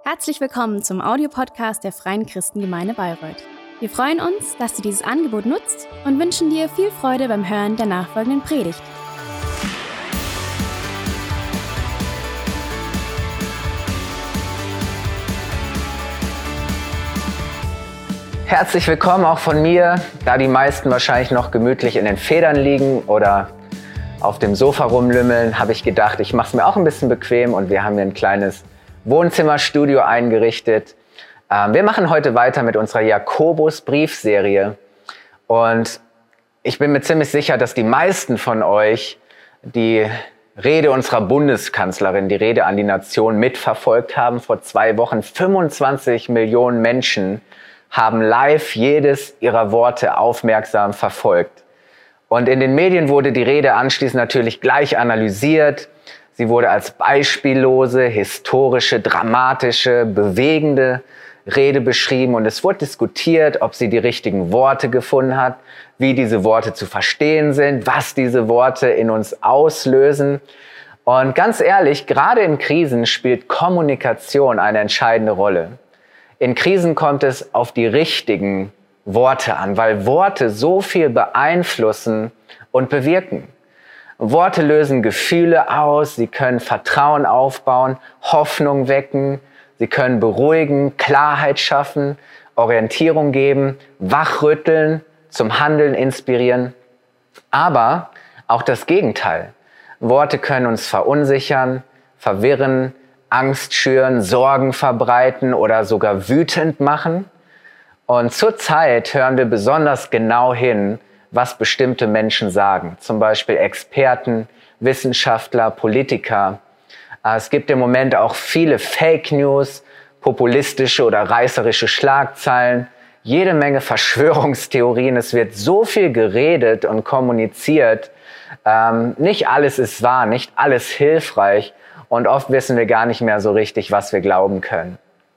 Herzlich willkommen zum Audiopodcast der Freien Christengemeinde Bayreuth. Wir freuen uns, dass du dieses Angebot nutzt und wünschen dir viel Freude beim Hören der nachfolgenden Predigt. Herzlich willkommen auch von mir, da die meisten wahrscheinlich noch gemütlich in den Federn liegen oder auf dem Sofa rumlümmeln, habe ich gedacht, ich mache es mir auch ein bisschen bequem und wir haben hier ein kleines Wohnzimmerstudio eingerichtet. Wir machen heute weiter mit unserer Jakobus-Briefserie und ich bin mir ziemlich sicher, dass die meisten von euch die Rede unserer Bundeskanzlerin, die Rede an die Nation, mitverfolgt haben. Vor 2 Wochen 25 Millionen Menschen haben live jedes ihrer Worte aufmerksam verfolgt. Und in den Medien wurde die Rede anschließend natürlich gleich analysiert. Sie wurde als beispiellose, historische, dramatische, bewegende Rede beschrieben und es wurde diskutiert, ob sie die richtigen Worte gefunden hat, wie diese Worte zu verstehen sind, was diese Worte in uns auslösen. Und ganz ehrlich, gerade in Krisen spielt Kommunikation eine entscheidende Rolle. In Krisen kommt es auf die richtigen Worte an, weil Worte so viel beeinflussen und bewirken. Worte lösen Gefühle aus, sie können Vertrauen aufbauen, Hoffnung wecken, sie können beruhigen, Klarheit schaffen, Orientierung geben, wachrütteln, zum Handeln inspirieren. Aber auch das Gegenteil. Worte können uns verunsichern, verwirren, Angst schüren, Sorgen verbreiten oder sogar wütend machen. Und zurzeit hören wir besonders genau hin, was bestimmte Menschen sagen. Zum Beispiel Experten, Wissenschaftler, Politiker. Es gibt im Moment auch viele Fake News, populistische oder reißerische Schlagzeilen, jede Menge Verschwörungstheorien. Es wird so viel geredet und kommuniziert. Nicht alles ist wahr, nicht alles hilfreich. Und oft wissen wir gar nicht mehr so richtig, was wir glauben können.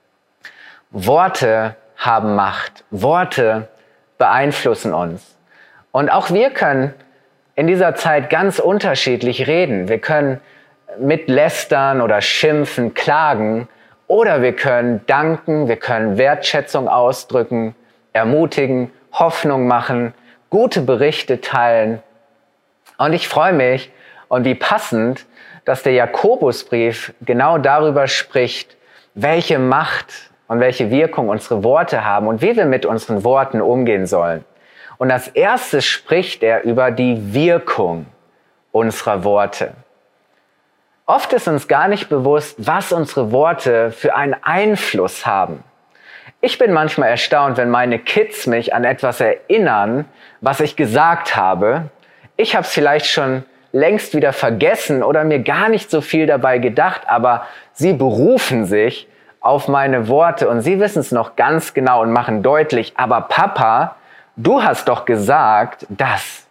Worte haben Macht. Worte beeinflussen uns. Und auch wir können in dieser Zeit ganz unterschiedlich reden. Wir können mitlästern oder schimpfen, klagen oder wir können danken, wir können Wertschätzung ausdrücken, ermutigen, Hoffnung machen, gute Berichte teilen. Und ich freue mich und wie passend, dass der Jakobusbrief genau darüber spricht, welche Macht und welche Wirkung unsere Worte haben und wie wir mit unseren Worten umgehen sollen. Und als erstes spricht er über die Wirkung unserer Worte. Oft ist uns gar nicht bewusst, was unsere Worte für einen Einfluss haben. Ich bin manchmal erstaunt, wenn meine Kids mich an etwas erinnern, was ich gesagt habe. Ich habe es vielleicht schon längst wieder vergessen oder mir gar nicht so viel dabei gedacht, aber sie berufen sich auf meine Worte und sie wissen es noch ganz genau und machen deutlich, aber Papa, du hast doch gesagt, das.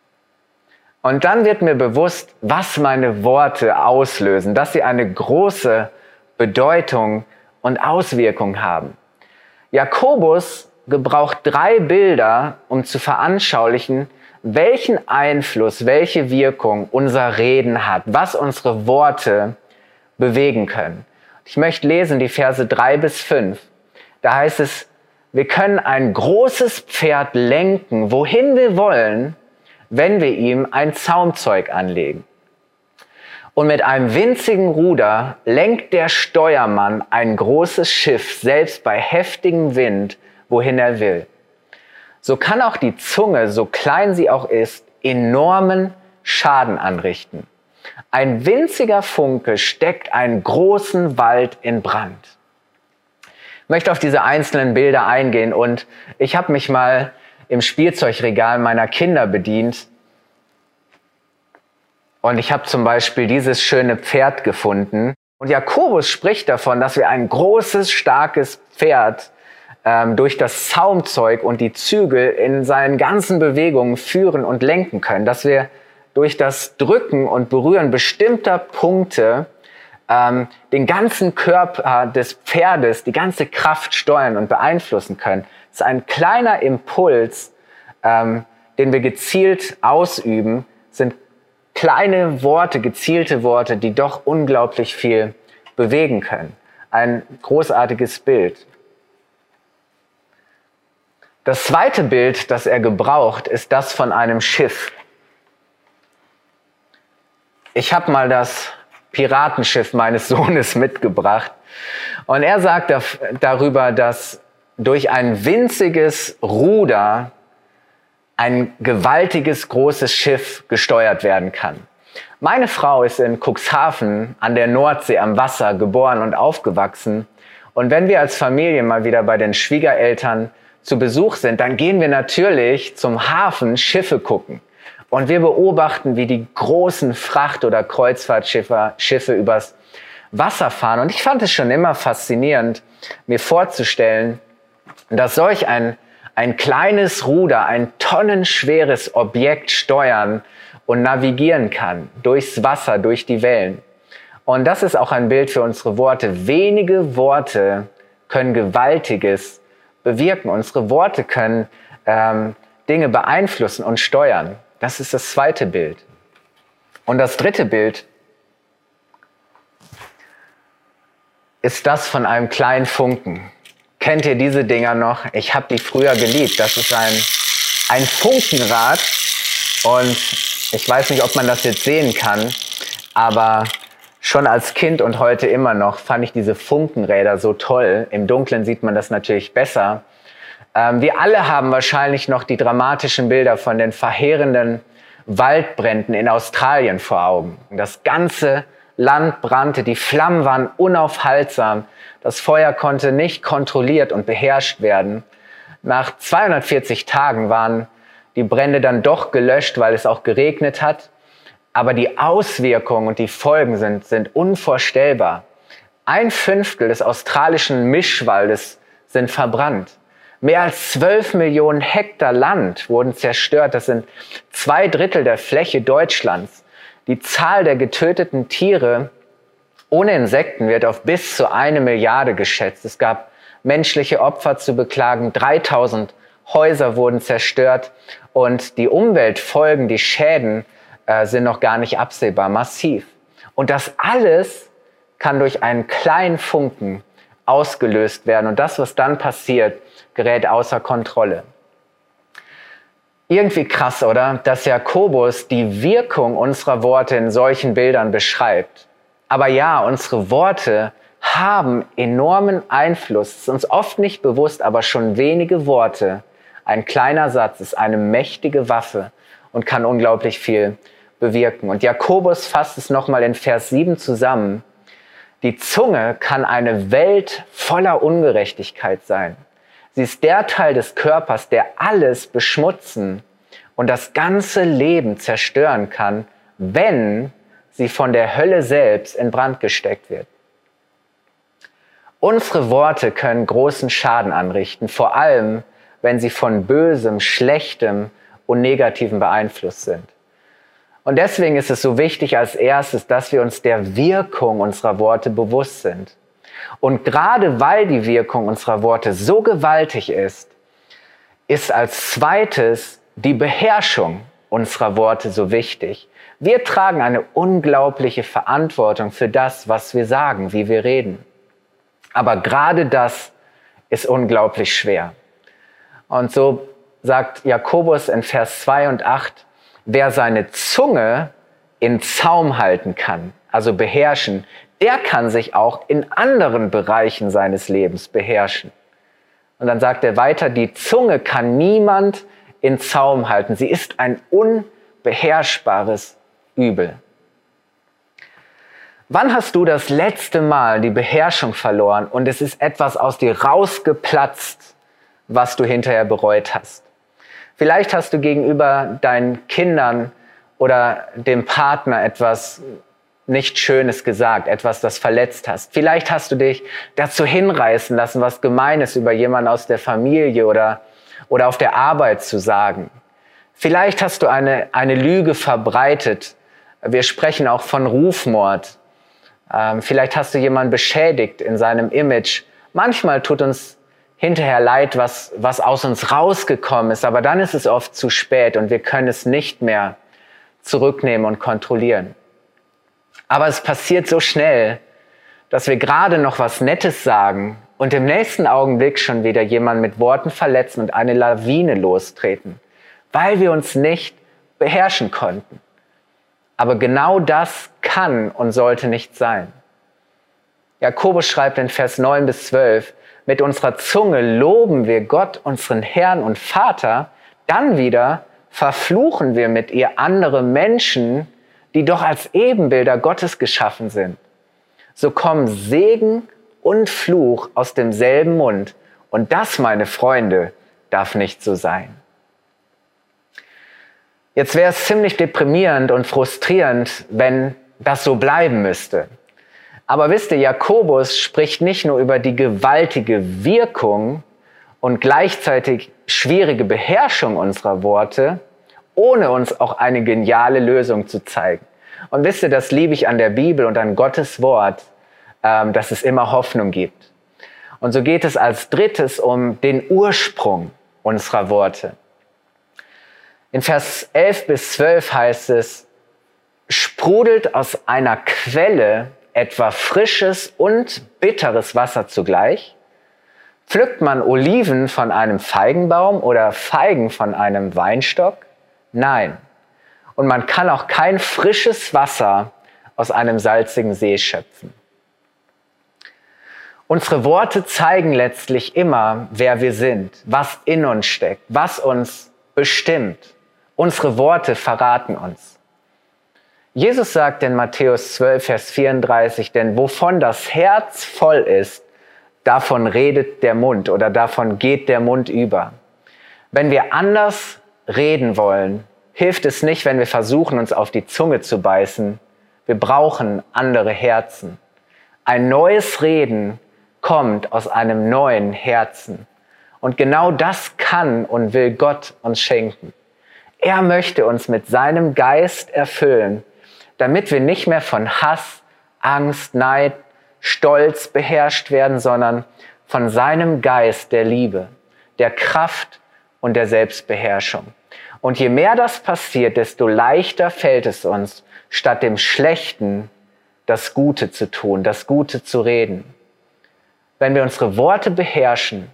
Und dann wird mir bewusst, was meine Worte auslösen, dass sie eine große Bedeutung und Auswirkung haben. Jakobus gebraucht 3 Bilder, um zu veranschaulichen, welchen Einfluss, welche Wirkung unser Reden hat, was unsere Worte bewegen können. Ich möchte lesen die Verse 3 bis 5. Da heißt es, wir können ein großes Pferd lenken, wohin wir wollen, wenn wir ihm ein Zaumzeug anlegen. Und mit einem winzigen Ruder lenkt der Steuermann ein großes Schiff, selbst bei heftigem Wind, wohin er will. So kann auch die Zunge, so klein sie auch ist, enormen Schaden anrichten. Ein winziger Funke steckt einen großen Wald in Brand. Ich möchte auf diese einzelnen Bilder eingehen und ich habe mich mal im Spielzeugregal meiner Kinder bedient und ich habe zum Beispiel dieses schöne Pferd gefunden. Und Jakobus spricht davon, dass wir ein großes, starkes Pferd durch das Zaumzeug und die Zügel in seinen ganzen Bewegungen führen und lenken können, dass wir durch das Drücken und Berühren bestimmter Punkte den ganzen Körper des Pferdes, die ganze Kraft steuern und beeinflussen können. Das ist ein kleiner Impuls, den wir gezielt ausüben, sind kleine Worte, gezielte Worte, die doch unglaublich viel bewegen können. ein großartiges Bild. Das zweite Bild, das er gebraucht, ist das von einem Schiff. Ich habe mal das Piratenschiff meines Sohnes mitgebracht und er sagt darüber, dass durch ein winziges Ruder ein gewaltiges, großes Schiff gesteuert werden kann. Meine Frau ist in Cuxhaven an der Nordsee am Wasser geboren und aufgewachsen. Und wenn wir als Familie mal wieder bei den Schwiegereltern zu Besuch sind, dann gehen wir natürlich zum Hafen Schiffe gucken. Und wir beobachten, wie die großen Fracht- oder Kreuzfahrtschiffe übers Wasser fahren. Und ich fand es schon immer faszinierend, mir vorzustellen, dass solch ein kleines Ruder ein tonnenschweres Objekt steuern und navigieren kann, durchs Wasser, durch die Wellen. Und das ist auch ein Bild für unsere Worte. Wenige Worte können Gewaltiges bewirken. Unsere Worte können Dinge beeinflussen und steuern. Das ist das zweite Bild. Und das dritte Bild ist das von einem kleinen Funken. Kennt ihr diese Dinger noch? Ich habe die früher geliebt. Das ist ein Funkenrad und ich weiß nicht, ob man das jetzt sehen kann, aber schon als Kind und heute immer noch fand ich diese Funkenräder so toll. Im Dunkeln sieht man das natürlich besser. Wir alle haben wahrscheinlich noch die dramatischen Bilder von den verheerenden Waldbränden in Australien vor Augen. Das ganze Land brannte, die Flammen waren unaufhaltsam. Das Feuer konnte nicht kontrolliert und beherrscht werden. Nach 240 Tagen waren die Brände dann doch gelöscht, weil es auch geregnet hat. Aber die Auswirkungen und die Folgen sind unvorstellbar. 1/5 des australischen Mischwaldes sind verbrannt. Mehr als 12 Millionen Hektar Land wurden zerstört. Das sind 2/3 der Fläche Deutschlands. Die Zahl der getöteten Tiere ohne Insekten wird auf bis zu 1 Milliarde geschätzt. Es gab menschliche Opfer zu beklagen. 3000 Häuser wurden zerstört. Und die Umweltfolgen, die Schäden sind noch gar nicht absehbar, massiv. Und das alles kann durch einen kleinen Funken ausgelöst werden. Und das, was dann passiert, gerät außer Kontrolle. Irgendwie krass, oder? Dass Jakobus die Wirkung unserer Worte in solchen Bildern beschreibt. Aber ja, unsere Worte haben enormen Einfluss. Es ist uns oft nicht bewusst, aber schon wenige Worte, ein kleiner Satz ist eine mächtige Waffe und kann unglaublich viel bewirken. Und Jakobus fasst es nochmal in Vers 7 zusammen. Die Zunge kann eine Welt voller Ungerechtigkeit sein. Sie ist der Teil des Körpers, der alles beschmutzen und das ganze Leben zerstören kann, wenn sie von der Hölle selbst in Brand gesteckt wird. Unsere Worte können großen Schaden anrichten, vor allem, wenn sie von Bösem, Schlechtem und Negativem beeinflusst sind. Und deswegen ist es so wichtig als erstes, dass wir uns der Wirkung unserer Worte bewusst sind. Und gerade weil die Wirkung unserer Worte so gewaltig ist als zweites die Beherrschung unserer Worte so wichtig. Wir tragen eine unglaubliche Verantwortung für das, was wir sagen, wie wir reden. Aber gerade das ist unglaublich schwer. Und so sagt Jakobus in Vers 2 und 8, wer seine Zunge in Zaum halten kann, also beherrschen, der kann sich auch in anderen Bereichen seines Lebens beherrschen. Und dann sagt er weiter, die Zunge kann niemand in Zaum halten. Sie ist ein unbeherrschbares Übel. Wann hast du das letzte Mal die Beherrschung verloren und es ist etwas aus dir rausgeplatzt, was du hinterher bereut hast? Vielleicht hast du gegenüber deinen Kindern oder dem Partner etwas nicht Schönes gesagt, etwas, das verletzt hast. Vielleicht hast du dich dazu hinreißen lassen, was Gemeines über jemanden aus der Familie oder auf der Arbeit zu sagen. Vielleicht hast du eine Lüge verbreitet. Wir sprechen auch von Rufmord. Vielleicht hast du jemanden beschädigt in seinem Image. Manchmal tut uns hinterher leid, was aus uns rausgekommen ist, aber dann ist es oft zu spät und wir können es nicht mehr zurücknehmen und kontrollieren. Aber es passiert so schnell, dass wir gerade noch was Nettes sagen und im nächsten Augenblick schon wieder jemanden mit Worten verletzen und eine Lawine lostreten, weil wir uns nicht beherrschen konnten. Aber genau das kann und sollte nicht sein. Jakobus schreibt in Vers 9 bis 12, mit unserer Zunge loben wir Gott, unseren Herrn und Vater, dann wieder verfluchen wir mit ihr andere Menschen, die doch als Ebenbilder Gottes geschaffen sind. So kommen Segen und Fluch aus demselben Mund. Und das, meine Freunde, darf nicht so sein. Jetzt wäre es ziemlich deprimierend und frustrierend, wenn das so bleiben müsste. Aber wisst ihr, Jakobus spricht nicht nur über die gewaltige Wirkung und gleichzeitig schwierige Beherrschung unserer Worte, ohne uns auch eine geniale Lösung zu zeigen. Und wisst ihr, das liebe ich an der Bibel und an Gottes Wort, dass es immer Hoffnung gibt. Und so geht es als drittes um den Ursprung unserer Worte. In Vers 11 bis 12 heißt es, sprudelt aus einer Quelle etwa frisches und bitteres Wasser zugleich? Pflückt man Oliven von einem Feigenbaum oder Feigen von einem Weinstock? Nein. Und man kann auch kein frisches Wasser aus einem salzigen See schöpfen. Unsere Worte zeigen letztlich immer, wer wir sind, was in uns steckt, was uns bestimmt. Unsere Worte verraten uns. Jesus sagt in Matthäus 12, Vers 34, denn wovon das Herz voll ist, davon redet der Mund oder davon geht der Mund über. Wenn wir anders reden wollen, hilft es nicht, wenn wir versuchen, uns auf die Zunge zu beißen. Wir brauchen andere Herzen. Ein neues Reden kommt aus einem neuen Herzen. Und genau das kann und will Gott uns schenken. Er möchte uns mit seinem Geist erfüllen, damit wir nicht mehr von Hass, Angst, Neid, Stolz beherrscht werden, sondern von seinem Geist der Liebe, der Kraft und der Selbstbeherrschung. Und je mehr das passiert, desto leichter fällt es uns, statt dem Schlechten das Gute zu tun, das Gute zu reden. Wenn wir unsere Worte beherrschen,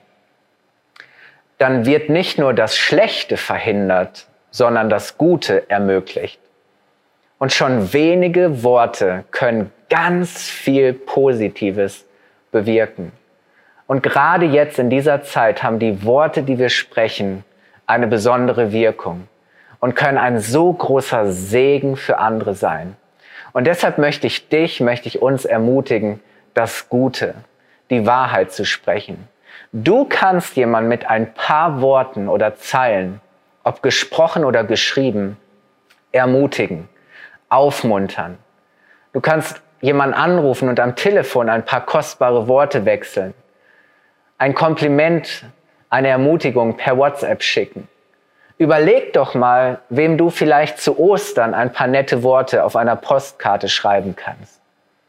dann wird nicht nur das Schlechte verhindert, sondern das Gute ermöglicht. Und schon wenige Worte können ganz viel Positives bewirken. Und gerade jetzt in dieser Zeit haben die Worte, die wir sprechen, eine besondere Wirkung und können ein so großer Segen für andere sein. Und deshalb möchte ich uns ermutigen, das Gute, die Wahrheit zu sprechen. Du kannst jemanden mit ein paar Worten oder Zeilen, ob gesprochen oder geschrieben, ermutigen, aufmuntern. Du kannst jemanden anrufen und am Telefon ein paar kostbare Worte wechseln. Ein Kompliment, eine Ermutigung per WhatsApp schicken. Überleg doch mal, wem du vielleicht zu Ostern ein paar nette Worte auf einer Postkarte schreiben kannst.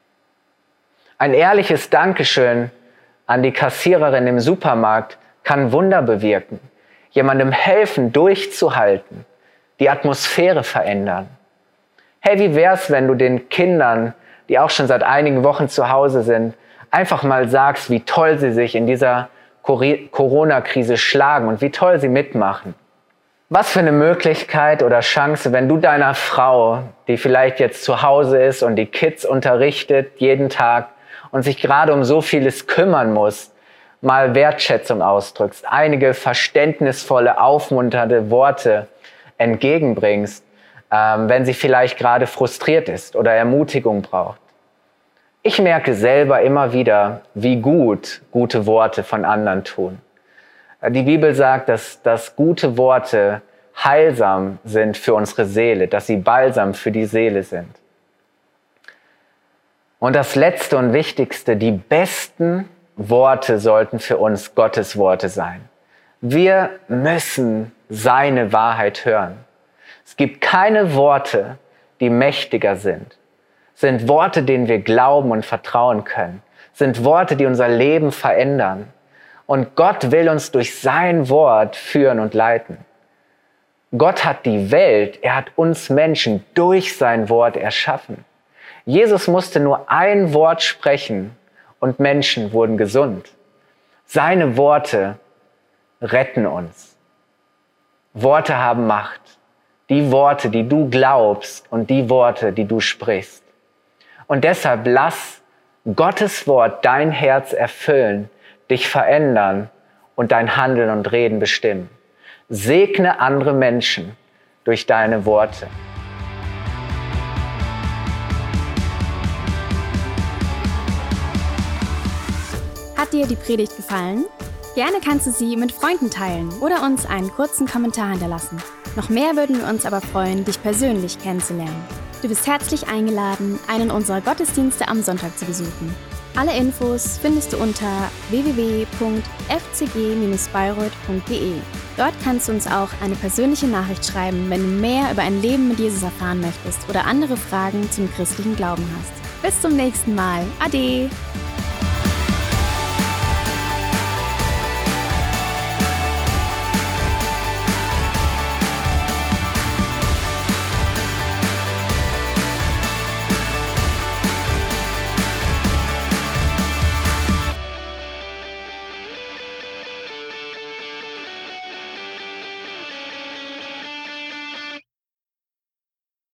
Ein ehrliches Dankeschön an die Kassiererin im Supermarkt kann Wunder bewirken, jemandem helfen, durchzuhalten, die Atmosphäre verändern. Hey, wie wär's, wenn du den Kindern, die auch schon seit einigen Wochen zu Hause sind, einfach mal sagst, wie toll sie sich in dieser Corona-Krise schlagen und wie toll sie mitmachen. Was für eine Möglichkeit oder Chance, wenn du deiner Frau, die vielleicht jetzt zu Hause ist und die Kids unterrichtet jeden Tag und sich gerade um so vieles kümmern muss, mal Wertschätzung ausdrückst, einige verständnisvolle, aufmunternde Worte entgegenbringst, wenn sie vielleicht gerade frustriert ist oder Ermutigung braucht. Ich merke selber immer wieder, wie gute Worte von anderen tun. Die Bibel sagt, dass gute Worte heilsam sind für unsere Seele, dass sie Balsam für die Seele sind. Und das Letzte und Wichtigste, die besten Worte sollten für uns Gottes Worte sein. Wir müssen seine Wahrheit hören. Es gibt keine Worte, die mächtiger sind. Es sind Worte, denen wir glauben und vertrauen können. Es sind Worte, die unser Leben verändern. Und Gott will uns durch sein Wort führen und leiten. Gott hat die Welt, er hat uns Menschen durch sein Wort erschaffen. Jesus musste nur ein Wort sprechen und Menschen wurden gesund. Seine Worte retten uns. Worte haben Macht. Die Worte, die du glaubst und die Worte, die du sprichst. Und deshalb lass Gottes Wort dein Herz erfüllen, dich verändern und dein Handeln und Reden bestimmen. Segne andere Menschen durch deine Worte. Hat dir die Predigt gefallen? Gerne kannst du sie mit Freunden teilen oder uns einen kurzen Kommentar hinterlassen. Noch mehr würden wir uns aber freuen, dich persönlich kennenzulernen. Du bist herzlich eingeladen, einen unserer Gottesdienste am Sonntag zu besuchen. Alle Infos findest du unter www.fcg-bayreuth.de. Dort kannst du uns auch eine persönliche Nachricht schreiben, wenn du mehr über ein Leben mit Jesus erfahren möchtest oder andere Fragen zum christlichen Glauben hast. Bis zum nächsten Mal. Ade!